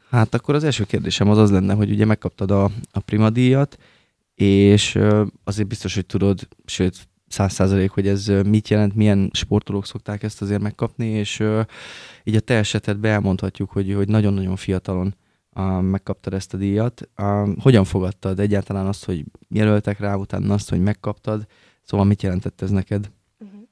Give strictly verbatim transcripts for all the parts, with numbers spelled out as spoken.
Hát akkor az első kérdésem az az lenne, hogy ugye megkaptad a, a Prima díjat, és ö, azért biztos, hogy tudod, sőt, száz százalék, hogy ez ö, mit jelent, milyen sportolók szokták ezt azért megkapni, és ö, így a te esetedben elmondhatjuk, hogy, hogy nagyon-nagyon fiatalon uh, megkaptad ezt a díjat. Uh, hogyan fogadtad egyáltalán azt, hogy jelöltek rá, utána azt, hogy megkaptad? Szóval mit jelentett ez neked? Uh-huh.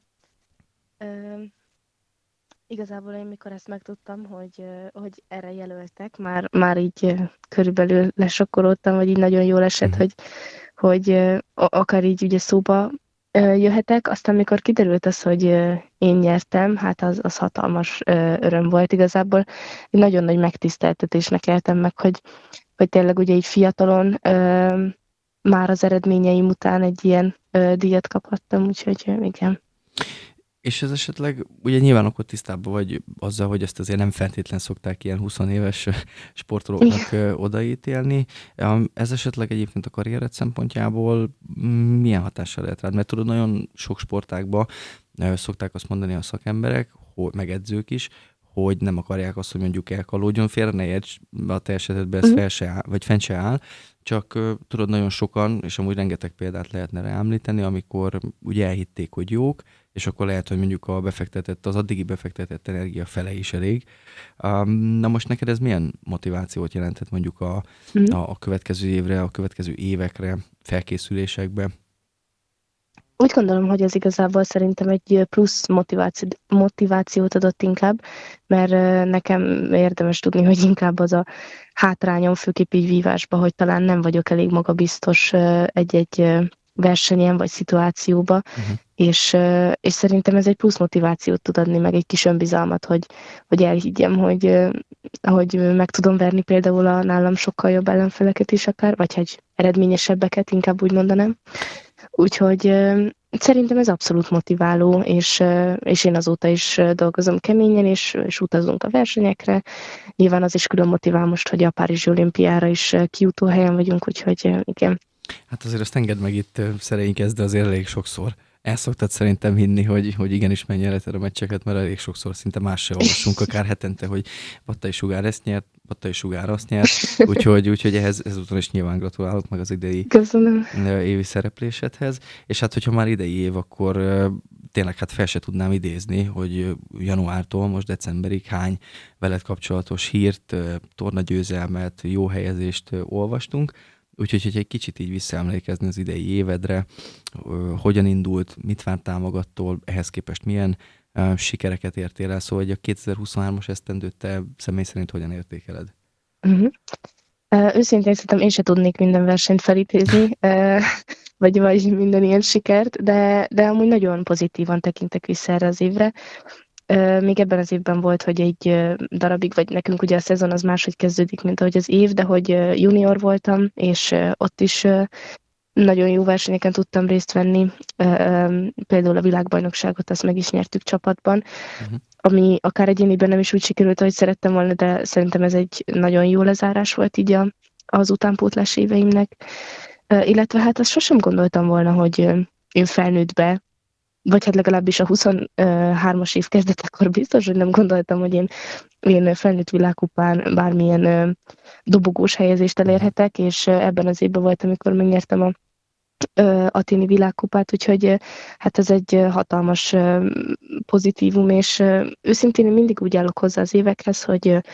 Ö, igazából én mikor ezt megtudtam, hogy, ö, hogy erre jelöltek, már, már így ö, körülbelül lesokkolódtam, vagy így nagyon jól esett, Uh-huh. hogy, hogy ö, a- akár így ugye szóba ö, jöhetek. Aztán mikor kiderült az, hogy ö, én nyertem, hát az, az hatalmas ö, öröm volt igazából. Egy nagyon nagy megtiszteltetésnek éltem meg, hogy, hogy tényleg ugye így fiatalon ö, már az eredményeim után egy ilyen ö, díjat kaphattam, úgyhogy ö, igen. És ez esetleg, ugye nyilván akkor tisztában vagy azzal, hogy ezt azért nem feltétlen szokták ilyen húsz éves sportolóknak ö, odaítélni. Um, Ez esetleg egyébként a karriered szempontjából mm, milyen hatással lehet rád? Mert tudod, nagyon sok sportágban ö, szokták azt mondani a szakemberek, hogy, meg edzők is, hogy nem akarják azt, hogy mondjuk elkalódjon, félre ne érts, a te esetedben ez Mhm. fel se áll, vagy fent se áll, csak ö, tudod, nagyon sokan, és amúgy rengeteg példát lehetne rá említeni, amikor ugye elhitték, hogy jók, és akkor lehet, hogy mondjuk a befektetett, az addigi befektetett energia fele is elég. Um, na most neked ez milyen motivációt jelentett mondjuk a, Mhm. a, a következő évre, a következő évekre, felkészülésekbe? Úgy gondolom, hogy ez igazából szerintem egy plusz motiváció, motivációt adott inkább, mert ö, nekem érdemes tudni, hogy inkább az a hátrányom, főképp így vívásba, hogy talán nem vagyok elég magabiztos ö, egy-egy ö, versenyen vagy szituációba, Uh-huh. és, ö, és szerintem ez egy plusz motivációt tud adni, meg egy kis önbizalmat, hogy, hogy elhiggyem, hogy, ö, hogy meg tudom verni például a nálam sokkal jobb ellenfeleket is akár, vagy hogy eredményesebbeket, inkább úgy mondanám. Úgyhogy ö, szerintem ez abszolút motiváló, és, ö, és én azóta is ö, dolgozom keményen, és, és utazunk a versenyekre. Nyilván az is külön motivál most, hogy a Párizsi olimpiára is ö, kijutó helyen vagyunk, úgyhogy ö, igen. Hát azért azt engedd meg itt ö, szereinkezd, de azért elég sokszor. El szoktad szerintem hinni, hogy, hogy igenis mennyeleted a meccseket, mert elég sokszor szinte más se olvasunk, akár hetente, hogy Battai Sugár ezt nyert, Battai Sugár azt nyert, úgyhogy, úgyhogy ehhez ezúton is nyilván gratulálok meg az idei Köszönöm. ö, évi szereplésedhez. És hát, hogyha már idei év, akkor ö, tényleg hát fel se tudnám idézni, hogy ö, januártól most decemberig hány veled kapcsolatos hírt, ö, tornagyőzelmet, jó helyezést ö, olvastunk. Úgyhogy, hogy egy kicsit így visszaemlékezni az idei évedre, ö, hogyan indult, mit vártál magattól, ehhez képest milyen ö, sikereket értél el, szóval hogy a kétezer-huszonhármas esztendőt te személy szerint hogyan értékeled? Uh-huh. Uh, őszintén szerintem én se tudnék minden versenyt felidézni, uh, vagy, vagy minden ilyen sikert, de, de amúgy nagyon pozitívan tekintek vissza erre az évre. Uh, még ebben az évben volt, hogy egy uh, darabig, vagy nekünk ugye a szezon az máshogy kezdődik, mint ahogy az év, de hogy uh, junior voltam, és uh, ott is uh, nagyon jó versenyeken tudtam részt venni. Uh, um, például a világbajnokságot azt meg is nyertük csapatban, Uh-huh. ami akár egyéniben nem is úgy sikerült, ahogy szerettem volna, de szerintem ez egy nagyon jó lezárás volt így a, az utánpótlás éveimnek. Uh, illetve hát azt sosem gondoltam volna, hogy uh, én felnőttbe, vagy hát legalábbis a huszonhármas év kezdetekor biztos, hogy nem gondoltam, hogy én, én felnőtt világkupán bármilyen uh, dobogós helyezést Uh-huh. elérhetek, és uh, ebben az évben volt, amikor megnyertem a uh, aténi világkupát, úgyhogy uh, hát ez egy uh, hatalmas uh, pozitívum, és uh, őszintén én mindig úgy állok hozzá az évekhez, hogy uh,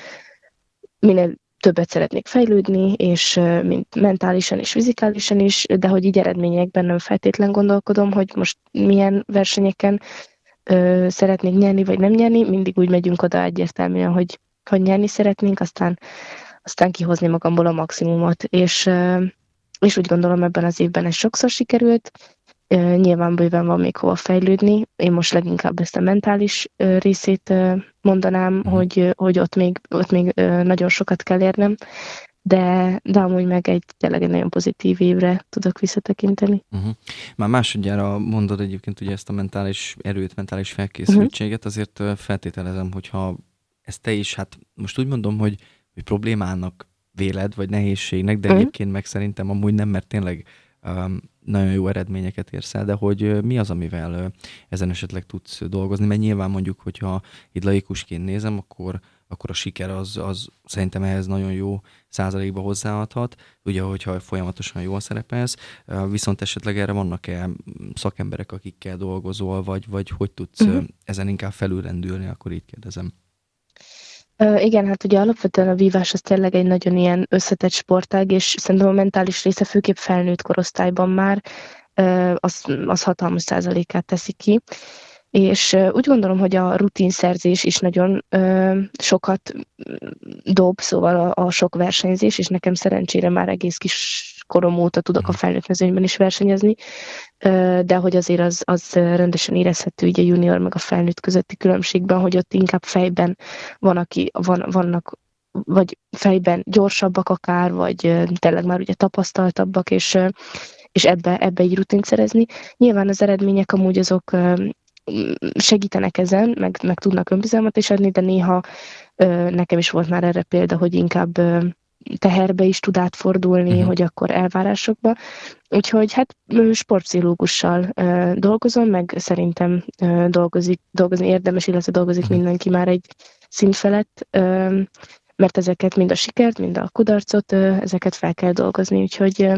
minél többet szeretnék fejlődni, és uh, mint mentálisan és fizikálisan is, de hogy így eredményekben nem feltétlen gondolkodom, hogy most milyen versenyeken uh, szeretnék nyerni, vagy nem nyerni, mindig úgy megyünk oda egyértelműen, hogy, hogy nyerni szeretnénk, aztán, aztán kihozni magamból a maximumot, és, uh, és úgy gondolom ebben az évben ez sokszor sikerült. Uh, nyilván bőven van még hova fejlődni. Én most leginkább ezt a mentális uh, részét uh, mondanám, Uh-huh. hogy, uh, hogy ott még, ott még uh, nagyon sokat kell érnem, de, de amúgy meg egy tényleg egy nagyon pozitív évre tudok visszatekinteni. Uh-huh. Már másodjára mondod egyébként ugye ezt a mentális erőt, mentális Uh-huh. felkészültséget, azért ö, feltételezem, hogyha ezt te is, hát most úgy mondom, hogy, hogy problémának véled, vagy nehézségnek, de Uh-huh. egyébként meg szerintem amúgy nem, mert tényleg um, nagyon jó eredményeket érsz el, de hogy ö, mi az, amivel ö, ezen esetleg tudsz dolgozni, mert nyilván mondjuk, hogyha itt laikusként nézem, akkor akkor a siker az, az szerintem ehhez nagyon jó százalékba hozzáadhat, ugye, hogyha folyamatosan jól szerepelsz, viszont esetleg erre vannak-e szakemberek, akikkel dolgozol, vagy, vagy hogy tudsz uh-huh. ezen inkább felülrendülni, akkor így kérdezem. Uh, igen, hát ugye alapvetően a vívás az tényleg egy nagyon ilyen összetett sportág, és szerintem a mentális része főképp felnőtt korosztályban már uh, az, az hatalmas százalékát teszi ki. És uh, úgy gondolom, hogy a rutinszerzés is nagyon uh, sokat dob, szóval a, a sok versenyzés, és nekem szerencsére már egész kis korom óta tudok a felnőtt mezőnyben is versenyezni, uh, de hogy azért az, az rendesen érezhető így a junior meg a felnőtt közötti különbségben, hogy ott inkább fejben van, aki, van, vannak, vagy fejben gyorsabbak akár, vagy uh, tényleg már ugye tapasztaltabbak, és, uh, és ebbe, ebbe egy rutint szerezni. Nyilván az eredmények amúgy azok uh, segítenek ezen, meg, meg tudnak önbizalmat is adni, de néha ö, nekem is volt már erre példa, hogy inkább ö, teherbe is tud átfordulni, uh-huh. hogy akkor elvárásokba. Úgyhogy hát sportpszichológussal ö, dolgozom, meg szerintem ö, dolgozik, dolgozni érdemes, illetve dolgozik uh-huh. mindenki már egy szint felett, ö, mert ezeket mind a sikert, mind a kudarcot, ö, ezeket fel kell dolgozni, úgyhogy ö,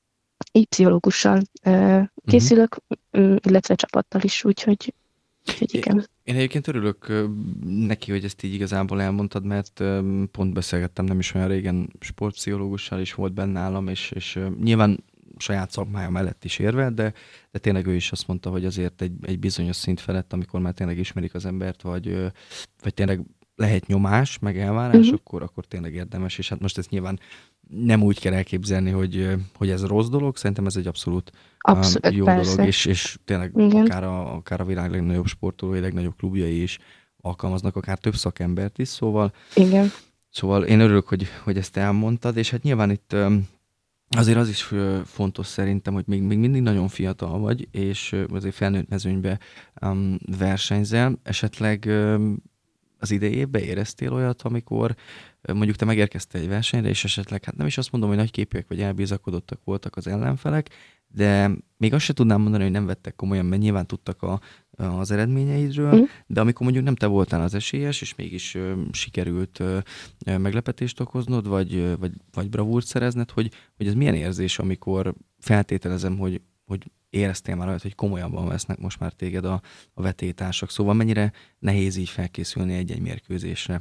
így pszichológussal uh, készülök, uh-huh. illetve csapattal is, úgyhogy, úgyhogy igen. Én, én egyébként örülök neki, hogy ezt így igazából elmondtad, mert pont beszélgettem nem is olyan régen sportpszichológussal is volt benne nálam, és, és nyilván saját szakmája mellett is érve, de, de tényleg ő is azt mondta, hogy azért egy, egy bizonyos szint felett, amikor már tényleg ismerik az embert, vagy, vagy tényleg lehet nyomás, meg elvárás, uh-huh. akkor, akkor tényleg érdemes, és hát most ezt nyilván nem úgy kell elképzelni, hogy, hogy ez rossz dolog, szerintem ez egy abszolút, abszolút jó persze. dolog, és, és tényleg akár a, akár a világ legnagyobb sportolói, legnagyobb klubjai is alkalmaznak akár több szakembert is, szóval, igen. szóval én örülök, hogy, hogy ezt elmondtad, és hát nyilván itt azért az is fontos szerintem, hogy még, még mindig nagyon fiatal vagy, és azért felnőtt mezőnybe um, versenyzel, esetleg um, az idejében éreztél olyat, amikor mondjuk te megérkeztél egy versenyre, és esetleg, hát nem is azt mondom, hogy nagyképűek vagy elbizakodottak voltak az ellenfelek, de még azt se tudnám mondani, hogy nem vettek komolyan, mert nyilván tudtak a, az eredményeidről, mm. de amikor mondjuk nem te voltál az esélyes, és mégis ö, sikerült ö, meglepetést okoznod, vagy, vagy, vagy bravúrt szerezned, hogy, hogy ez milyen érzés, amikor feltételezem, hogy, hogy éreztél már olyat, hogy komolyabban vesznek most már téged a, a vetélytársak. Szóval mennyire nehéz így felkészülni egy-egy mérkőzésre?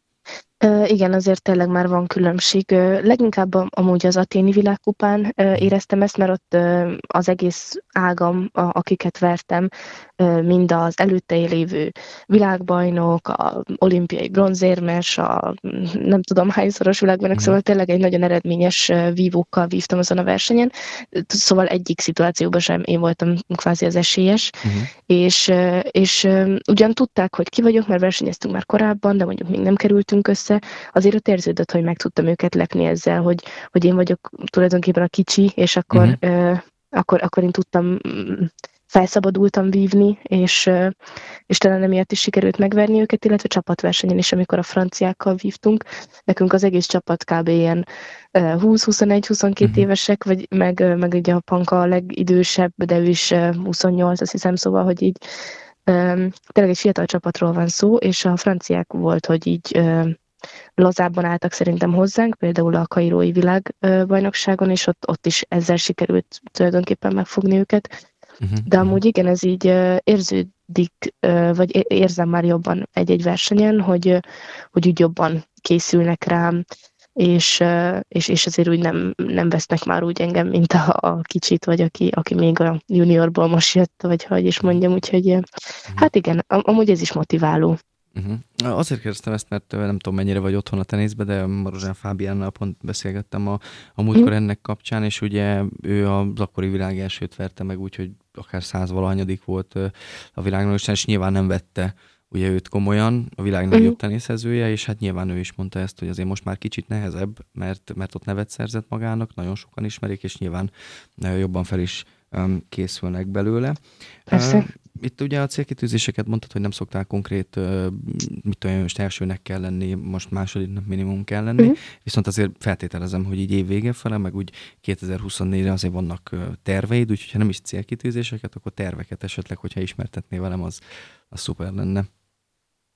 Uh, igen, azért tényleg már van különbség. Uh, leginkább amúgy az aténi világkupán uh, éreztem ezt, mert ott uh, az egész ágam, a, akiket vertem, uh, mind az előtte lévő világbajnok, a olimpiai bronzérmes, a nem tudom hányszoros világbajnok, szóval tényleg egy nagyon eredményes uh, vívókkal vívtam azon a versenyen. Szóval egyik szituációban sem én voltam kvázi az esélyes, uh-huh. és, uh, és uh, ugyan tudták, hogy ki vagyok, mert versenyeztünk már korábban, de mondjuk még nem kerültünk össze, azért ott érződött, hogy meg tudtam őket lepni ezzel, hogy, hogy én vagyok tulajdonképpen a kicsi, és akkor, uh-huh. euh, akkor, akkor én tudtam, felszabadultam vívni, és, euh, és talán emiatt is sikerült megverni őket, illetve csapatversenyen is, amikor a franciákkal vívtunk. Nekünk az egész csapat kb. Ilyen uh, húsz, huszonegy, huszonkét uh-huh. évesek, vagy meg, meg ugye a Panka a legidősebb, de ő is uh, huszonnyolc, azt hiszem, szóval, hogy így um, tényleg egy fiatal csapatról van szó, és a franciák volt, hogy így uh, lazábban álltak szerintem hozzánk, például a kairói világbajnokságon, és ott, ott is ezzel sikerült tulajdonképpen megfogni őket. Uh-huh. De amúgy igen, ez így érződik, vagy érzem már jobban egy-egy versenyen, hogy, hogy úgy jobban készülnek rám, és, és, és azért úgy nem, nem vesznek már úgy engem, mint a, a kicsit, vagy aki, aki még a juniorból most jött, vagy hogy is mondjam, úgyhogy uh-huh. hát igen, amúgy ez is motiváló. Uh-huh. Azért kérdeztem ezt, mert nem tudom, mennyire vagy otthon a teniszbe, de Marozsán Fábiánnal pont beszélgettem a, a múltkor uh-huh. ennek kapcsán, és ugye ő az akkori világ elsőt verte meg, úgyhogy akár százvalahanyadik volt a világnak, és nyilván nem vette ugye őt komolyan, a világ legjobb uh-huh. teniszezője, és hát nyilván ő is mondta ezt, hogy azért most már kicsit nehezebb, mert, mert ott nevet szerzett magának, nagyon sokan ismerik, és nyilván jobban fel is um, készülnek belőle. Persze. Uh, Itt ugye a célkitűzéseket mondtad, hogy nem szoktál konkrét, mit tudom, most elsőnek kell lenni, most másodiknak minimum kell lenni, uh-huh. viszont azért feltételezem, hogy így év vége fele, meg úgy kétezer-huszonnégyre azért vannak terveid, úgyhogy ha nem is célkitűzéseket, akkor terveket esetleg, hogyha ismertetné velem, az, az szuper lenne.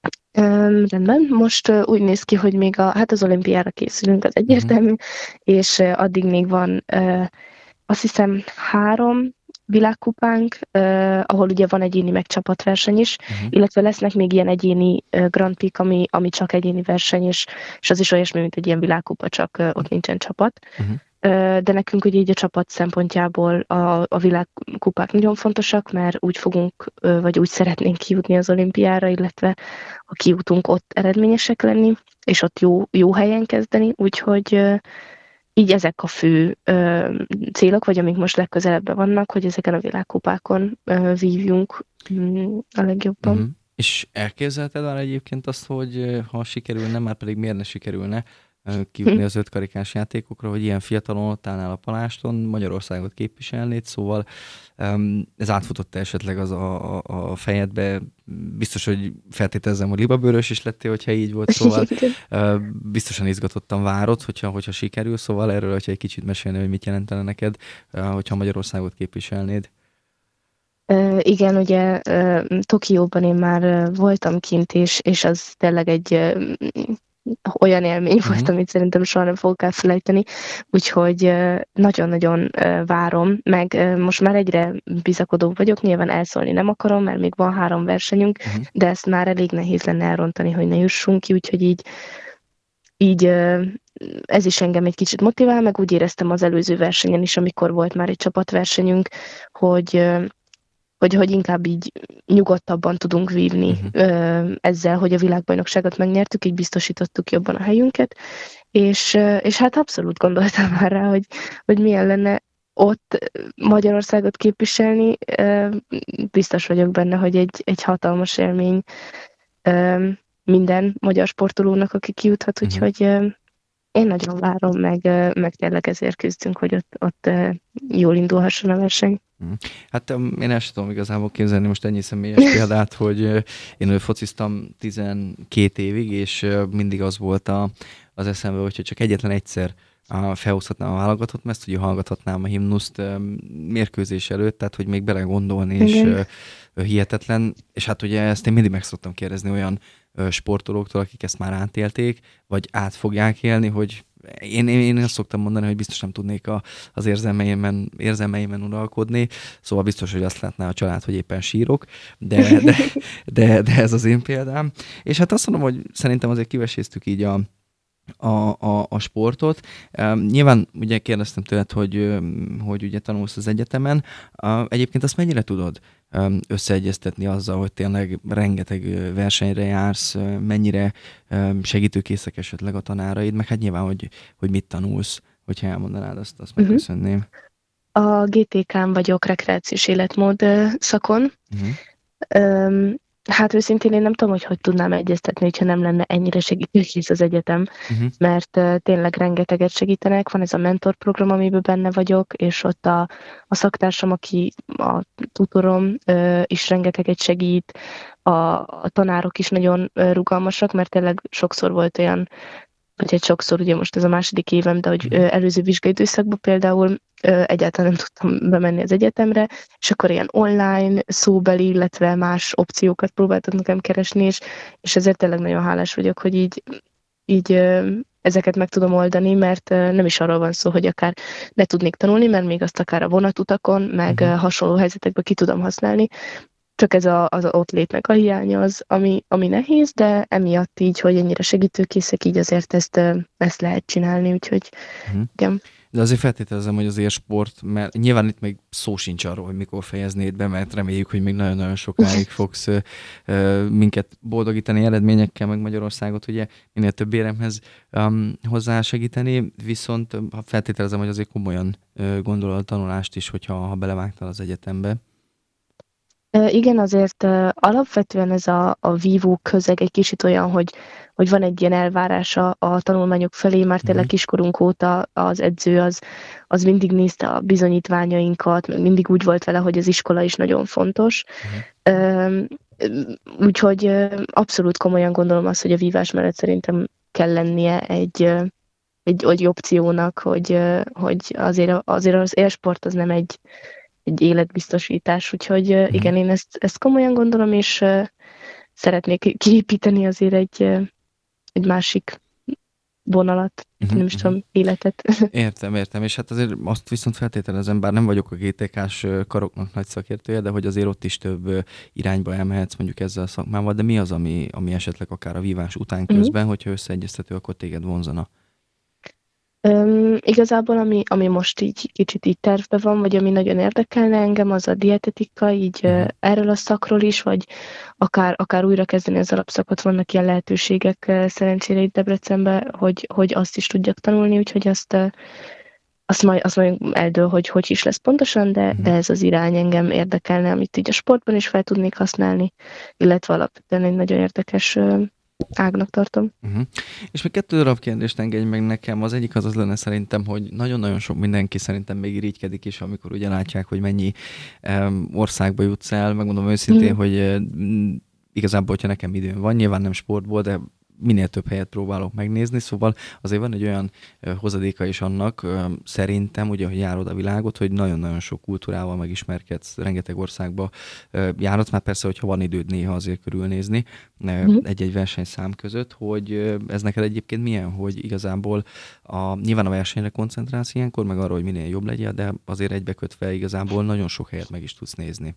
Öm, rendben, most uh, úgy néz ki, hogy még a, hát az olimpiára készülünk, az Uh-huh. egyértelmű, és uh, addig még van uh, azt hiszem három világkupánk, uh, ahol ugye van egyéni meg csapatverseny is, Uh-huh. illetve lesznek még ilyen egyéni uh, Grand Prix, ami, ami csak egyéni verseny, és, és az is olyasmi, mint egy ilyen világkupa, csak uh, ott nincsen csapat. Uh-huh. De nekünk ugye így a csapat szempontjából a, a világkupák nagyon fontosak, mert úgy fogunk, vagy úgy szeretnénk kijutni az olimpiára, illetve ha kijutunk ott eredményesek lenni, és ott jó, jó helyen kezdeni, úgyhogy így ezek a fő célok, vagy amik most legközelebben vannak, hogy ezeken a világkupákon vívjunk a legjobban. Uh-huh. És elképzelted már egyébként azt, hogy ha sikerülne, már pedig miért ne sikerülne kijutni az ötkarikás játékokra, hogy ilyen fiatalon ott állnál a paláston, Magyarországot képviselnéd, szóval ez átfutott esetleg az a, a, a fejedbe, biztos, hogy feltételezem, hogy libabőrös is lettél, hogyha így volt, szóval biztosan izgatottan várod, hogyha, hogyha sikerül, szóval erről, hogyha egy kicsit mesélni, hogy mit jelentene neked, hogyha Magyarországot képviselnéd. Uh, igen, ugye uh, Tokióban én már uh, voltam kint, és, és az tényleg egy uh, olyan élmény uh-huh. volt, amit szerintem soha nem fogok elfelejteni, úgyhogy uh, nagyon-nagyon uh, várom, meg uh, most már egyre bizakodóbb vagyok, nyilván elszólni nem akarom, mert még van három versenyünk, uh-huh. de ezt már elég nehéz lenne elrontani, hogy ne jussunk ki, úgyhogy így, így uh, ez is engem egy kicsit motivál, meg úgy éreztem az előző versenyen is, amikor volt már egy csapatversenyünk, hogy uh, Hogy, hogy inkább így nyugodtabban tudunk vívni uh-huh. ezzel, hogy a világbajnokságot megnyertük, így biztosítottuk jobban a helyünket, és, és hát abszolút gondoltam már rá, hogy, hogy milyen lenne ott Magyarországot képviselni. Biztos vagyok benne, hogy egy, egy hatalmas élmény minden magyar sportolónak, aki kijuthat, uh-huh. úgyhogy én nagyon várom, meg, meg tényleg ezért küzdünk, hogy ott, ott jól indulhasson a verseny. Hát én el sem tudom igazából képzelni most ennyi személyes példát, hogy én fociztam tizenkét évig, és mindig az volt a, az eszembe, hogyha csak egyetlen egyszer felhozhatnám a válogatott, mert ezt ugye hallgathatnám a himnuszt mérkőzés előtt, tehát hogy még belegondolni, és igen. hihetetlen. És hát ugye ezt én mindig meg szoktam kérdezni olyan sportolóktól, akik ezt már átélték, vagy át fogják élni, hogy én, én, én azt szoktam mondani, hogy biztos nem tudnék a, az érzelmeimen, érzelmeimen uralkodni, szóval biztos, hogy azt látná a család, hogy éppen sírok, de, de, de, de ez az én példám. És hát azt mondom, hogy szerintem azért kiveséztük így a A, a, a sportot. Um, nyilván ugye kérdeztem tőled, hogy, hogy ugye tanulsz az egyetemen. Uh, egyébként azt mennyire tudod um, összeegyeztetni azzal, hogy tényleg rengeteg versenyre jársz, mennyire um, segítőkészek esetleg a tanáraid, meg hát nyilván, hogy, hogy mit tanulsz, hogyha elmondanád azt, azt uh-huh. megköszönném. A gé té ká-n vagyok rekreációs életmód szakon. Uh-huh. Um, Hát őszintén én nem tudom, hogy hogy tudnám egyeztetni, hogyha nem lenne ennyire segítőkész az egyetem, uh-huh. mert uh, tényleg rengeteget segítenek. Van ez a mentor program, amiben benne vagyok, és ott a, a szaktársam, aki a tutorom uh, is rengeteget segít. A, a tanárok is nagyon uh, rugalmasak, mert tényleg sokszor volt olyan, vagy egy sokszor, ugye most ez a második évem, de hogy uh, előző vizsgaidőszakban például egyáltalán nem tudtam bemenni az egyetemre, és akkor ilyen online, szóbeli, illetve más opciókat próbáltak nekem keresni, és, és ezért tényleg nagyon hálás vagyok, hogy így, így ezeket meg tudom oldani, mert nem is arról van szó, hogy akár ne tudnék tanulni, mert még azt akár a vonatutakon, meg uh-huh. hasonló helyzetekben ki tudom használni, csak ez a, az ott létnek a hiánya az, ami, ami nehéz, de emiatt így, hogy ennyire segítőkészek, így azért ezt, ezt lehet csinálni, úgyhogy uh-huh. igen. De azért feltételezem, hogy az élsport, mert nyilván itt még szó sincs arról, hogy mikor fejeznéd be, mert reméljük, hogy még nagyon-nagyon sokáig fogsz ö, ö, minket boldogítani eredményekkel, meg Magyarországot ugye minél több éremhez um, hozzásegíteni, viszont feltételezem, hogy azért komolyan ö, gondol a tanulást is, hogyha ha belevágtál az egyetembe. Igen, azért alapvetően ez a, a vívó közeg egy kicsit olyan, hogy, hogy van egy ilyen elvárása a tanulmányok felé, már tényleg kiskorunk óta az edző az, az mindig nézte a bizonyítványainkat, meg mindig úgy volt vele, hogy az iskola is nagyon fontos. Uh-huh. Úgyhogy abszolút komolyan gondolom azt, hogy a vívás mellett szerintem kell lennie egy, egy, egy opciónak, hogy, hogy azért, azért az élsport az nem egy egy életbiztosítás, úgyhogy uh, igen, én ezt, ezt komolyan gondolom, és, uh, szeretnék kiépíteni azért egy, egy másik vonalat, Uh-huh, nem is uh-huh. tudom, életet. Értem, értem, és hát azért azt viszont feltételezem, bár nem vagyok a gé té ká-s karoknak nagy szakértője, de hogy azért ott is több irányba elmehetsz mondjuk ezzel a szakmával, de mi az, ami, ami esetleg akár a vívás után közben, uh-huh. hogyha összeegyeztető, akkor téged vonzana? Um, igazából, ami, ami most így kicsit így tervben van, vagy ami nagyon érdekelne engem, az a dietetika, így uh-huh. uh, erről a szakról is, vagy akár, akár újra kezdeni az alapszakot, vannak ilyen lehetőségek uh, szerencsére itt Debrecenben, hogy, hogy azt is tudjak tanulni, úgyhogy azt, uh, azt, majd, azt majd eldől, hogy hogy is lesz pontosan, de, uh-huh. de ez az irány engem érdekelne, amit így a sportban is fel tudnék használni, illetve alapvetően egy nagyon érdekes uh, ágnak tartom. Uh-huh. És még kettő darab kérdést engedj meg nekem. Az egyik az az lenne szerintem, hogy nagyon-nagyon sok mindenki szerintem még irigykedik is, amikor ugye látják, hogy mennyi um, országba jutsz el. Megmondom őszintén, uh-huh. hogy uh, igazából, hogyha nekem időm van, nyilván nem sportból, de minél több helyet próbálok megnézni, szóval azért van egy olyan uh, hozadéka is annak, uh, szerintem, ugye, hogy járod a világot, hogy nagyon-nagyon sok kultúrával megismerkedsz, rengeteg országba uh, járodsz, már persze, hogyha van időd néha azért körülnézni uh, mm. egy-egy versenyszám között, hogy uh, ez neked egyébként milyen, hogy igazából a, nyilván a versenyre koncentrálsz ilyenkor, meg arra, hogy minél jobb legyen, de azért egybekötve igazából nagyon sok helyet meg is tudsz nézni.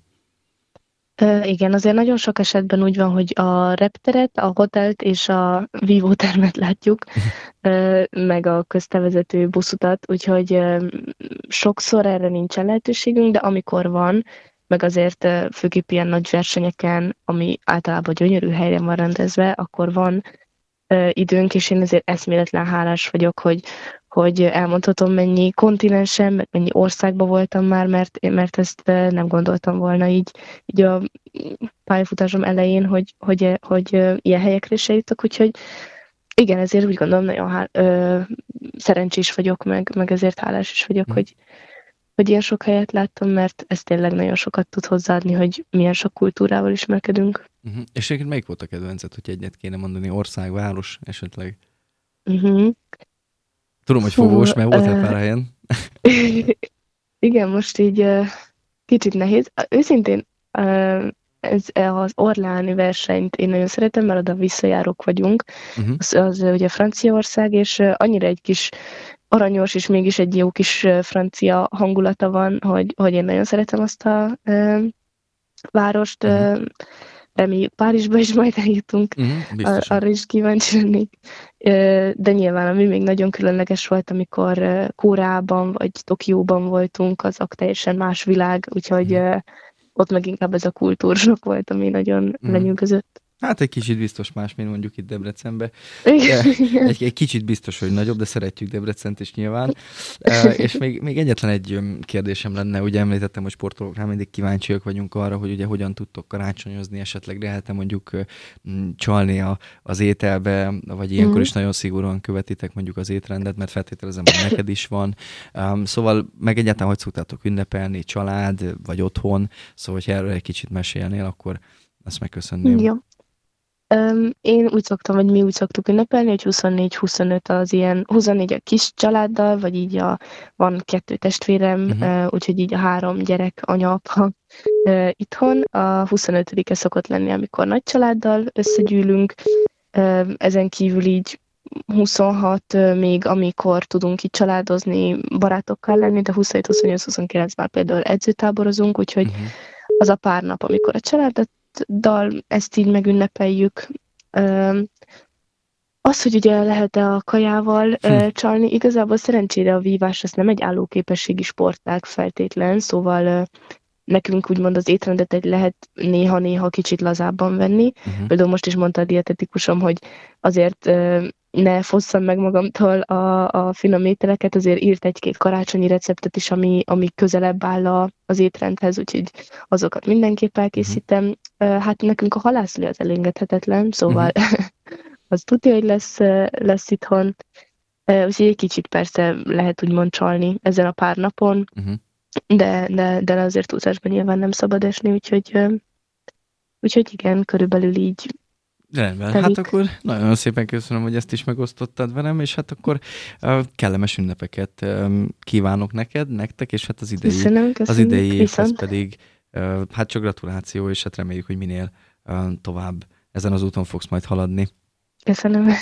Uh, igen, azért nagyon sok esetben úgy van, hogy a repteret, a hotelt és a vívótermet látjuk, uh, meg a köztevezető buszutat, úgyhogy uh, sokszor erre nincsen lehetőségünk, de amikor van, meg azért uh, főképp ilyen nagy versenyeken, ami általában gyönyörű helyen van rendezve, akkor van uh, időnk, és én ezért eszméletlen hálás vagyok, hogy hogy elmondhatom, mennyi kontinensen, meg mennyi országban voltam már, mert, mert ezt nem gondoltam volna így, így a pályafutásom elején, hogy, hogy, hogy ilyen helyekre is eljutok, úgyhogy igen, ezért úgy gondolom, nagyon hál, ö, szerencsés vagyok, meg, meg ezért hálás is vagyok, mm. hogy, hogy ilyen sok helyet láttam, mert ez tényleg nagyon sokat tud hozzáadni, hogy milyen sok kultúrával ismerkedünk. Uh-huh. És neked melyik volt a kedvenced, hogy egyet kéne mondani, ország, város esetleg? Uh-huh. Tudom, hogy fogós, mert voltál pár helyen. Igen, most így uh, kicsit nehéz. Őszintén uh, ez, az orláni versenyt én nagyon szeretem, mert oda visszajárók vagyunk. Uh-huh. Az, az ugye Franciaország, és uh, annyira egy kis aranyos, és mégis egy jó kis uh, francia hangulata van, hogy, hogy én nagyon szeretem azt a uh, várost. Uh-huh. Uh, Reméljük Párizsba is majd eljutunk, uh-huh, Ar- arra is kíváncsi lennék. De nyilván, ami még nagyon különleges volt, amikor Koreában vagy Tokióban voltunk, az teljesen más világ, úgyhogy uh-huh. ott meg inkább ez a kultúrsok volt, ami nagyon uh-huh. lenyűgözött. Hát egy kicsit biztos más, mint mondjuk itt Debrecenben. Egy, egy kicsit biztos, hogy nagyobb, de szeretjük Debrecent is nyilván. Uh, és még, még egyetlen egy kérdésem lenne, ugye említettem, hogy sportolóknál mindig kíváncsiak vagyunk arra, hogy ugye hogyan tudtok karácsonyozni, esetleg lehet-e mondjuk uh, csalni a, az ételbe, vagy ilyenkor mm. is nagyon szigorúan követitek mondjuk az étrendet, mert feltételezem, hogy neked is van. Um, szóval meg egyáltalán hogy szoktátok ünnepelni, család, vagy otthon, szóval hogy erről egy kicsit mesélnél, akkor azt megköszönném. Jó. Um, én úgy szoktam, vagy mi úgy szoktuk ünnepelni, hogy huszonnégy huszonöt az ilyen, huszonnégy a kis családdal, vagy így a, van kettő testvérem, uh-huh. uh, úgyhogy így a három gyerek, anya, apa uh, itthon. A huszonötödike szokott lenni, amikor nagy családdal összegyűlünk, uh, ezen kívül így huszonhat uh, még, amikor tudunk így családozni, barátokkal lenni, de huszonhét huszonnyolc huszonkilenc már például edzőtáborozunk, úgyhogy uh-huh. az a pár nap, amikor a családat dal, ezt így megünnepeljük. Az, hogy ugye lehet-e a kajával hm. csalni, igazából szerencsére a vívás az nem egy állóképességi sportág feltétlen, szóval nekünk úgymond az étrendet egy lehet néha-néha kicsit lazábban venni. Uh-huh. Például most is mondta a dietetikusom, hogy azért ne fosszam meg magamtól a, a finom ételeket, azért írt egy-két karácsonyi receptet is, ami, ami közelebb áll a, az étrendhez, úgyhogy azokat mindenképp elkészítem. Uh-huh. Hát nekünk a halászlé az elengedhetetlen, szóval uh-huh. az tudja, hogy lesz, lesz itthon. Úgyhogy egy kicsit persze lehet úgymond csalni ezen a pár napon, uh-huh. de, de, de azért túlzásban nyilván nem szabad esni, úgyhogy, úgyhogy igen, körülbelül így. Rendben, telik. Hát akkor nagyon szépen köszönöm, hogy ezt is megosztottad velem, és hát akkor uh, kellemes ünnepeket um, kívánok neked, nektek, és hát az idei, köszönöm, köszönöm. Az idei évhez pedig uh, hát csak gratuláció, és hát reméljük, hogy minél uh, tovább ezen az úton fogsz majd haladni. Köszönöm.